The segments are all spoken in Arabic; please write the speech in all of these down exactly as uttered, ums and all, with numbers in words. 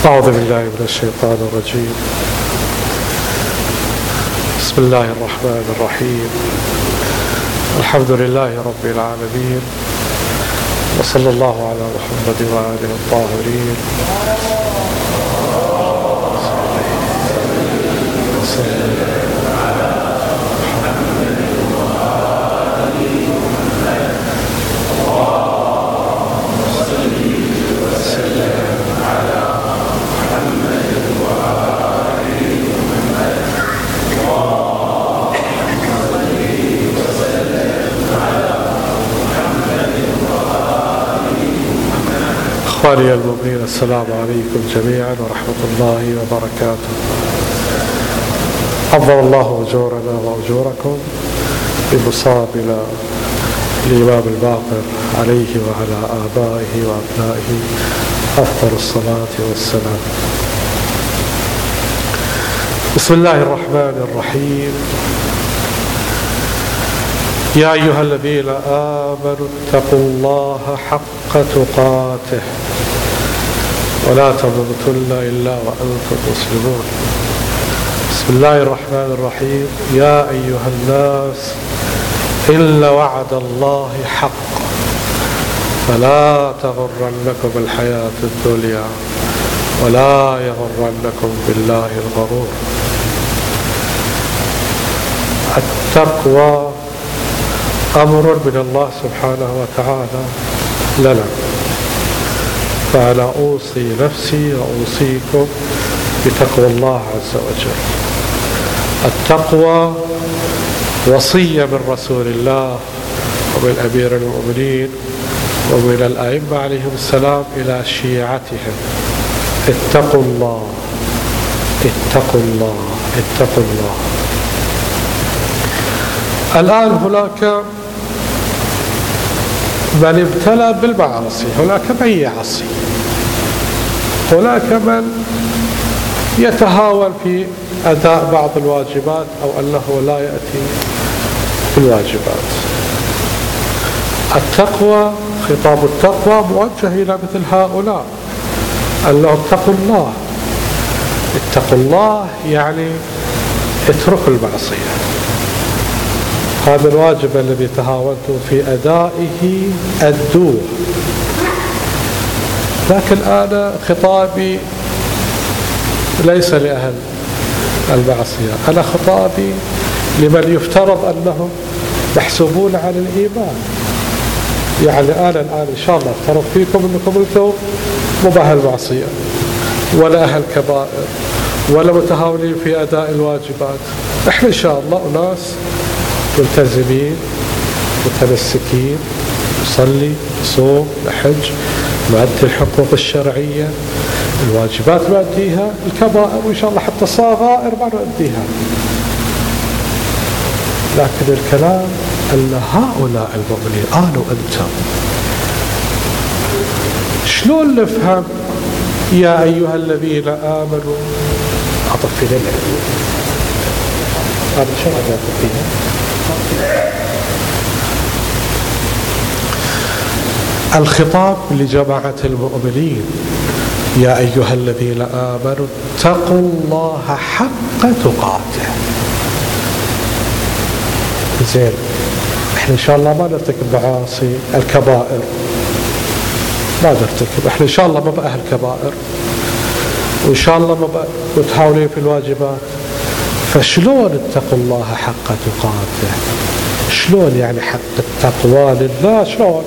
أعوذ بالله من الشيطان الرجيم. بسم الله الرحمن الرحيم. الحمد لله رب العالمين، وصلى الله على محمد وآله الطاهرين. إخواني المؤمنين، السلام عليكم جميعا ورحمة الله وبركاته. أفضل الله أجورنا وأجوركم بمصابنا الإمام الباقر عليه وعلى آبائه وأبنائه أفضل الصلاة والسلام. بسم الله الرحمن الرحيم. يا أيها الذين آمنوا اتقوا الله حق تقاته ولا تموتن إلا وأنتم مسلمون. بسم الله الرحمن الرحيم. يا أيها الناس إن وعد الله حق فلا تغرنكم الحياة الدنيا ولا يغرنكم بالله الغرور. التقوى أمر من الله سبحانه وتعالى لنا، فأنا أوصي نفسي وأوصيكم بتقوى الله عز وجل. التقوى وصية من رسول الله ومن أمير المؤمنين ومن الأئمة عليهم السلام إلى شيعتهم: اتقوا الله اتقوا الله اتقوا الله. الآن هناك من ابتلى بالمعاصي، هناك من يعصي، هناك من يتهاون في أداء بعض الواجبات أو أنه لا يأتي بالواجبات. التقوى، خطاب التقوى موجه إلى مثل هؤلاء، أنه اتقوا الله. اتقوا الله يعني اتركوا المعصية. هذا الواجب الذي تهاونتم في أدائه أدوه. لكن أنا خطابي ليس لأهل المعصية، أنا خطابي لمن يفترض أنهم محسوبون على الإيمان. يعني أنا الآن إن شاء الله افترض فيكم أنكم أنتم مو بأهل معصية ولا أهل كبائر ولا متهاونين في أداء الواجبات. إحنا إن شاء الله أناس ملتزمين متمسكين، نصلي نصوم نحج نؤدي الحقوق الشرعية، الواجبات نؤديها، الكبائر وإن شاء الله حتى الصغائر ما نؤديها. لكن الكلام أن هؤلاء المؤمنين أنا وأنتم شلون نفهم يا أيها الذين آمنوا؟ أطفي لنا هذا شو أنا أطفيها. الخطاب لجماعة المؤمنين: يا أيها الذين آمنوا اتقوا الله حق تقاته. زين، احنا ان شاء الله ما نرتكب معاصي الكبائر، ما نرتكب، احنا ان شاء الله ما بأهل كبائر، وان شاء الله ما متهاونين في الواجبات. فشلون اتقوا الله حق تقاته؟ شلون يعني حق التقوى لله؟ شلون؟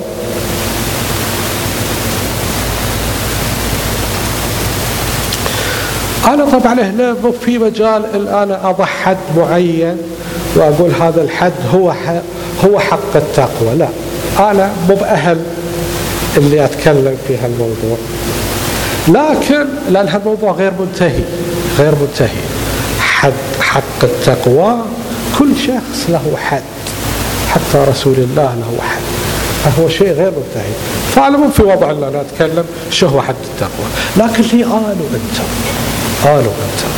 أنا طبعا هنا مو في مجال الآن أضع حد معين وأقول هذا الحد هو هو حق التقوى، لا، أنا مو بأهل اللي أتكلم في هالموضوع. لكن لأن هالموضوع غير منتهي غير منتهي حد حق التقوى، كل شخص له حد، حتى رسول الله له حد، فهو شيء غير منتهي. فأنا مو في وضع أن أنا أتكلم شو هو حد التقوى، لكن لي أنا وأنتم أنا وأنتم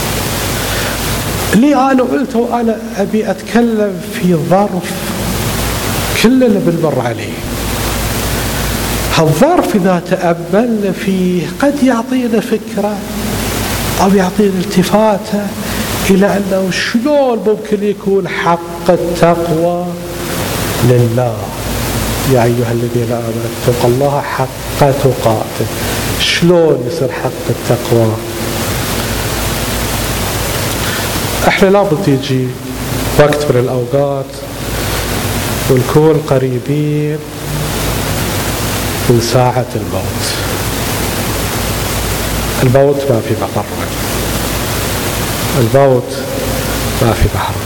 لي أنا وأنتم أنا أبي أتكلم في ظرف كلنا بنمر عليه. هالظرف إذا تأملنا فيه قد يعطينا فكرة أو يعطينا التفاتة إلى أنه شلون ممكن يكون حق التقوى لله. يا أيها الذين آمنوا اتقوا الله حق تقاته. شلون يصير حق التقوى؟ احنا لابد يجي وقت من الأوقات ونكون قريبين من ساعة الموت. الموت ما في مفر، الموت ما في محر.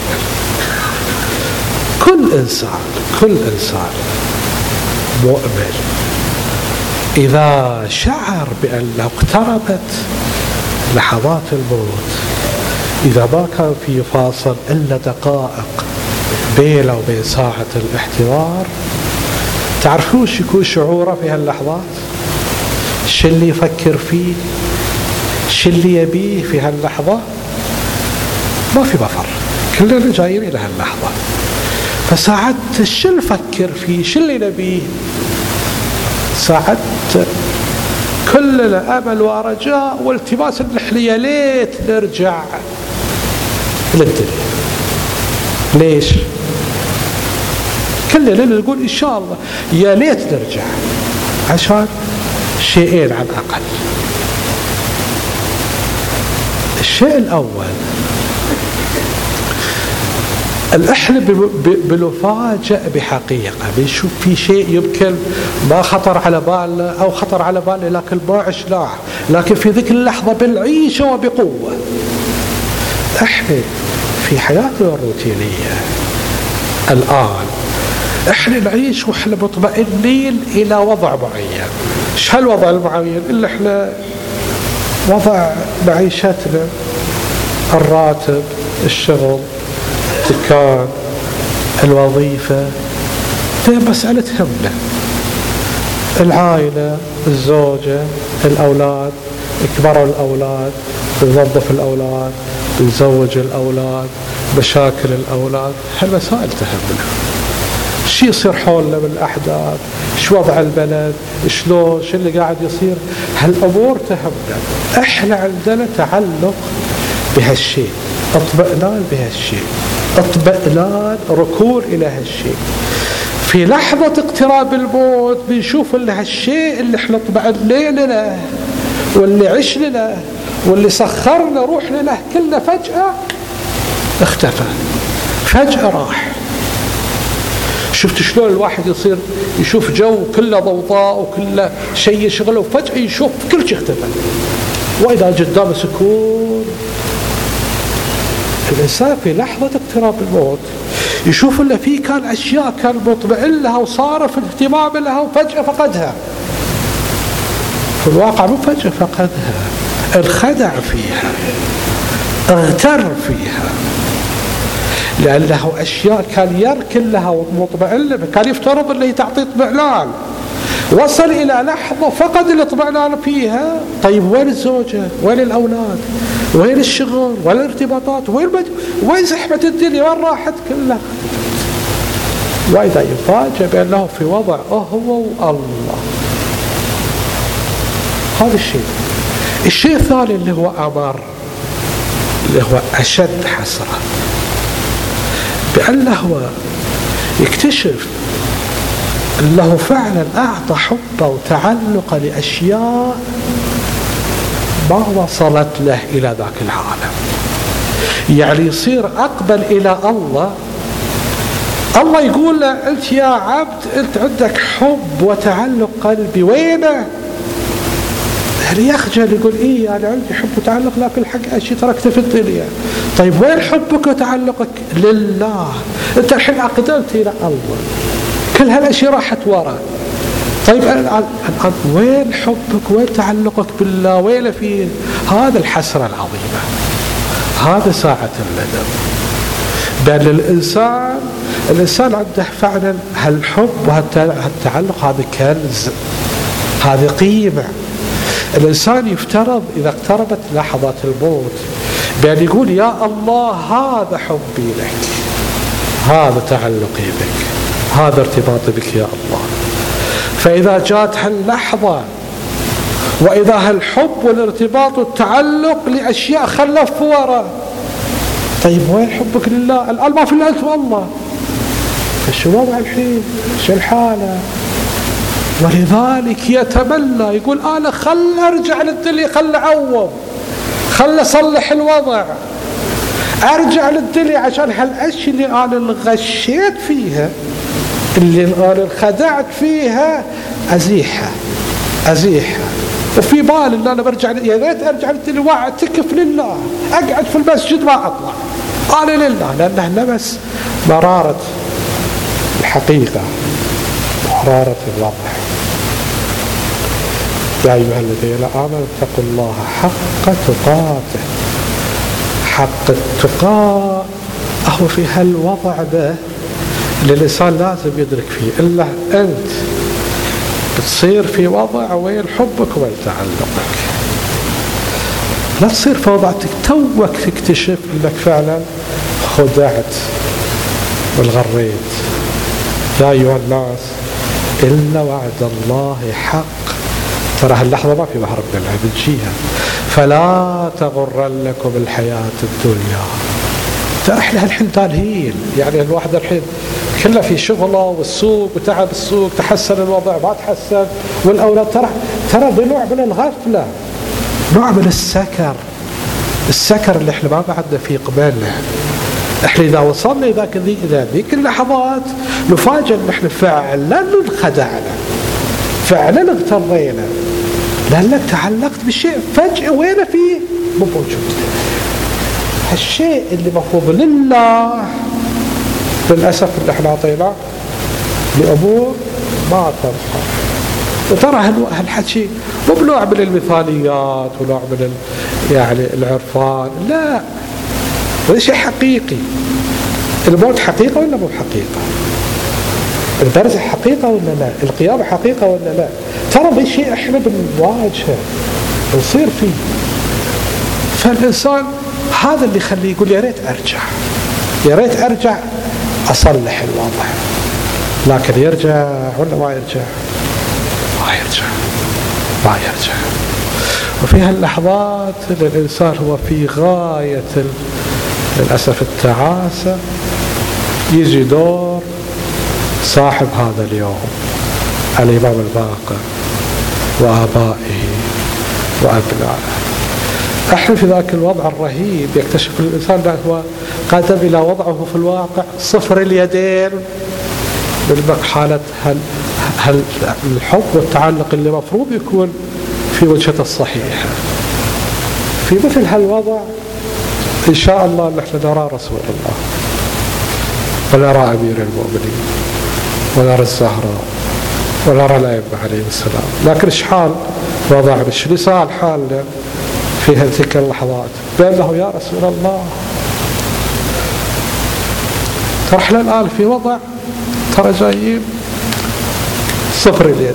كل إنسان كل إنسان مؤمن إذا شعر بأنه اقتربت لحظات الموت، إذا ما كان في فاصل إلا دقائق بينه وبين ساعة الاحتضار، تعرفون شو يكون شعوره في هاللحظات؟ شو اللي يفكر فيه؟ شو اللي يبيه في هاللحظة؟ ما في مفر، كلنا جايين إلى هاللحظة. فساعات شو نفكر فيه؟ شو اللي نبيه؟ ساعات كلنا أمل ورجاء والتماس إن إحنا يا ليت نرجع للدنيا. ليش؟ كلنا نقول إن شاء الله يا ليت نرجع عشان شيئين على الأقل. الشيء الأول، احنا بنفاجأ بحقيقة، بنشوف في شيء يمكن ما خطر على بالنا أو خطر على بالنا لكن ما عشناه، لكن في ذيك اللحظة بنعيشه وبقوة. احنا في حياتنا الروتينية الآن احنا نعيش واحنا مطمئنين إلى وضع معين. ايش هالوضع المعين؟ اللي احنا وضع معيشتنا، الراتب، الشغل، الدكان، الوظيفة، في مسألة تهمنا، العائلة، الزوجة، الأولاد، كبروا الأولاد، ننظف الأولاد، نزوج الأولاد، مشاكل الأولاد، هالمسائل تهمنا. شو يصير حولنا من الأحداث؟ شو وضع البلد؟ شلون؟ شو اللي قاعد يصير؟ هالأمور تهمنا. احنا عندنا تعلق بهالشيء، اطمئنان بهالشيء، اطمئنان، ركون إلى هالشيء. في لحظة اقتراب الموت بنشوف اللي هالشيء اللي احنا اطمئنين له واللي عشنا له واللي سخرنا روحنا له كله فجأة اختفى، فجأة راح. شفت شلون الواحد يصير يشوف جو كله ضوضاء وكله شيء يشغله وفجأة يشوف كل شيء اختفى، وإذا قدامه سكون. الإنسان في لحظة اقتراب الموت يشوف اللي فيه كان أشياء كان مطمئن لها وصار في اهتمام لها وفجأة فقدها. في الواقع مو فجأة فقدها، انخدع فيها، اغتر فيها، لأنه أشياء كان يركن لها ومطمئن لها، كان يفترض أنه تعطي اطمئنان، وصل إلى لحظة فقد الاطمئنان فيها. طيب وين الزوجة؟ وين الأولاد؟ وين الشغل؟ وين الارتباطات؟ وين بد... وين زحمة الدنيا؟ وين راحت؟ كلها. وإذا يفاجأ بأنه في وضع هو والله. هذا الشيء. الشيء الثاني اللي هو أمر، اللي هو أشد حسرة، بأنه يكتشف أنه فعلا أعطى حبه وتعلق لأشياء ما وصلت له إلى ذاك العالم. يعني يصير أقبل إلى الله، الله يقول له أنت يا عبد أنت عندك حب وتعلق قلبي، وينه؟ يعني يخجل يقول إيه أنا عندي حب وتعلق لكن الحق أشياء تركته في الدنيا. طيب وين حبك وتعلقك؟ لله. أنت الحين أقدمت إلى الله، كل هالأشياء راحت وراء. طيب الآن وين حبك؟ وين تعلقك بالله؟ وين في هذا الحسرة العظيمة؟ هذا ساعة الندم. بأن الإنسان الإنسان عنده فعلا هالحب وهالتعلق، هذا كنز، هذه قيمة. الإنسان يفترض إذا اقتربت لحظة الموت بأن يقول يا الله هذا حبي لك، هذا تعلقي بك، هذا ارتباطي بك يا الله. فإذا جاءت هاللحظة وإذا هالحب والارتباط والتعلق لأشياء خلف وراء، طيب وين حبك لله؟ الآن ما في إلا أنت والله، فشو وضع الحين؟ شو الحالة؟ ولذلك يتمنى يقول أنا خل أرجع للدنيا، خل أعوض، خل أصلح الوضع، أرجع للدنيا عشان هالأشياء اللي أنا غشيت فيها، اللي أنا انخدعت فيها، أزيحها أزيحها. وفي بالي إن أنا برجع، يا ريت أرجع للدنيا وأعتكف لله، أقعد في المسجد ما أطلع، أنا لله، لأنه لمس مرارة الحقيقة، مرارة الوضع. يا أيها الذين آمنوا اتقوا الله حق تقاته. حق التقاء هو في هالوضع ده اللي الإنسان لازم يدرك فيه، إلا أنت بتصير في وضع وين حبك وين تعلقك. لا تصير في وضع توك تكتشف أنك فعلا خدعت والغريت. يا أيها الناس إلا وعد الله حق. ترى هاللحظة ما في مهرب منها، بنجيها. فلا تغرنكم الحياة الدنيا. ترى احنا هالحين تالهين، يعني الواحد الحين كله في شغله والسوق وتعب السوق، تحسن الوضع ما تحسن، والأولاد ترى ترى بنوع من الغفلة، نوع من السكر، السكر اللي احنا ما بعدنا فيه قبالنا. احنا اذا وصلنا ذاك ذي ذيك اللحظات نفاجئ ان احنا فعلا انخدعنا، فعلا اغترينا، لانك تعلقت بالشيء فجأة وين فيه مو موجود. هالشيء اللي مفروض لله للأسف اللي احنا اعطيناه لأمور ما تنفع. وترى هالحكي مو بنوع من المثاليات ونوع من يعني العرفان، لا، هذا شيء حقيقي. الموت حقيقة ولا مو حقيقة؟ الدرس حقيقة ولا لا؟ القيامة حقيقة ولا لا؟ ترى ده شيء احنا بنواجهه ونصير فيه. فالإنسان هذا اللي يخليه يقول يا ريت أرجع، يا ريت أرجع أصلح الوضع. لكن يرجع ولا ما يرجع؟ ما يرجع، ما يرجع. وفي هاللحظات الإنسان هو في غاية للأسف التعاسة، يجي دور صاحب هذا اليوم الإمام الباقر وآبائه وأبنائه. احنا في ذاك الوضع الرهيب يكتشف الإنسان أنه هو قادم إلى وضعه في الواقع صفر اليدين بالمرحلة هل, هل الحب والتعلق اللي مفروض يكون في وجهته الصحيحة. في مثل هالوضع إن شاء الله نحن نرى رسول الله ونرى أمير المؤمنين ونرى الزهراء ونرى الأئمة عليهم السلام. لكن إيش حال وضعنا؟ شو صار حالنا في هذيك اللحظات؟ بأنه يا رسول الله ترى احنا الآن في وضع ترى جايين صفر اليد.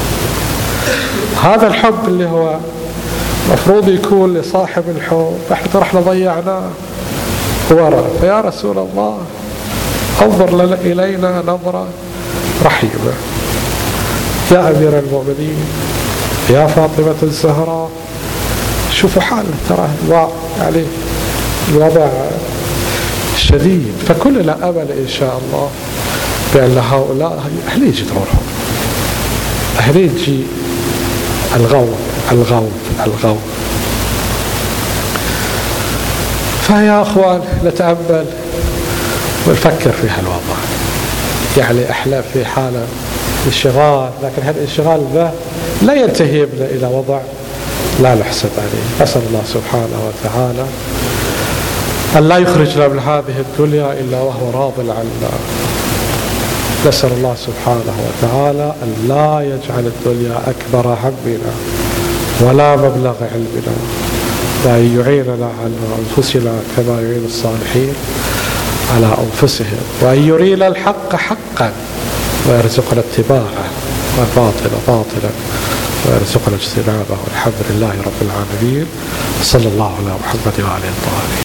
هذا الحب اللي هو مفروض يكون لصاحب الحب احنا ترى احنا ضيعناه ورا. فيا رسول الله انظر لنا إلينا نظرة رحيمة. يا أمير المؤمنين، يا فاطمة الزهراء، شوفوا حالنا ترى يعني الوضع شديد. فكلنا أمل إن شاء الله بأن هؤلاء أهل يجي روحهم، أهل يجي الغوث الغوث الغوث. فيا أخوان نتأمل ونفكر في هالوضع. يعني احنا في حالة انشغال، لكن هالانشغال ذا لا ينتهي بنا إلى وضع لا نحسب عليه. أسأل الله سبحانه وتعالى أن لا يخرجنا من هذه الدنيا إلا وهو راض عنا. نسأل الله سبحانه وتعالى أن لا يجعل الدنيا أكبر همنا ولا مبلغ علمنا، وأن يعيننا على أنفسنا كما يعين الصالحين على أنفسهم، وأن يرينا الحق حقا ويرزقنا اتباعه والباطل باطلا ويرزقنا اجتنابه. والحمد لله رب العالمين. صلى الله على محمد وعلى آله الطاهرين.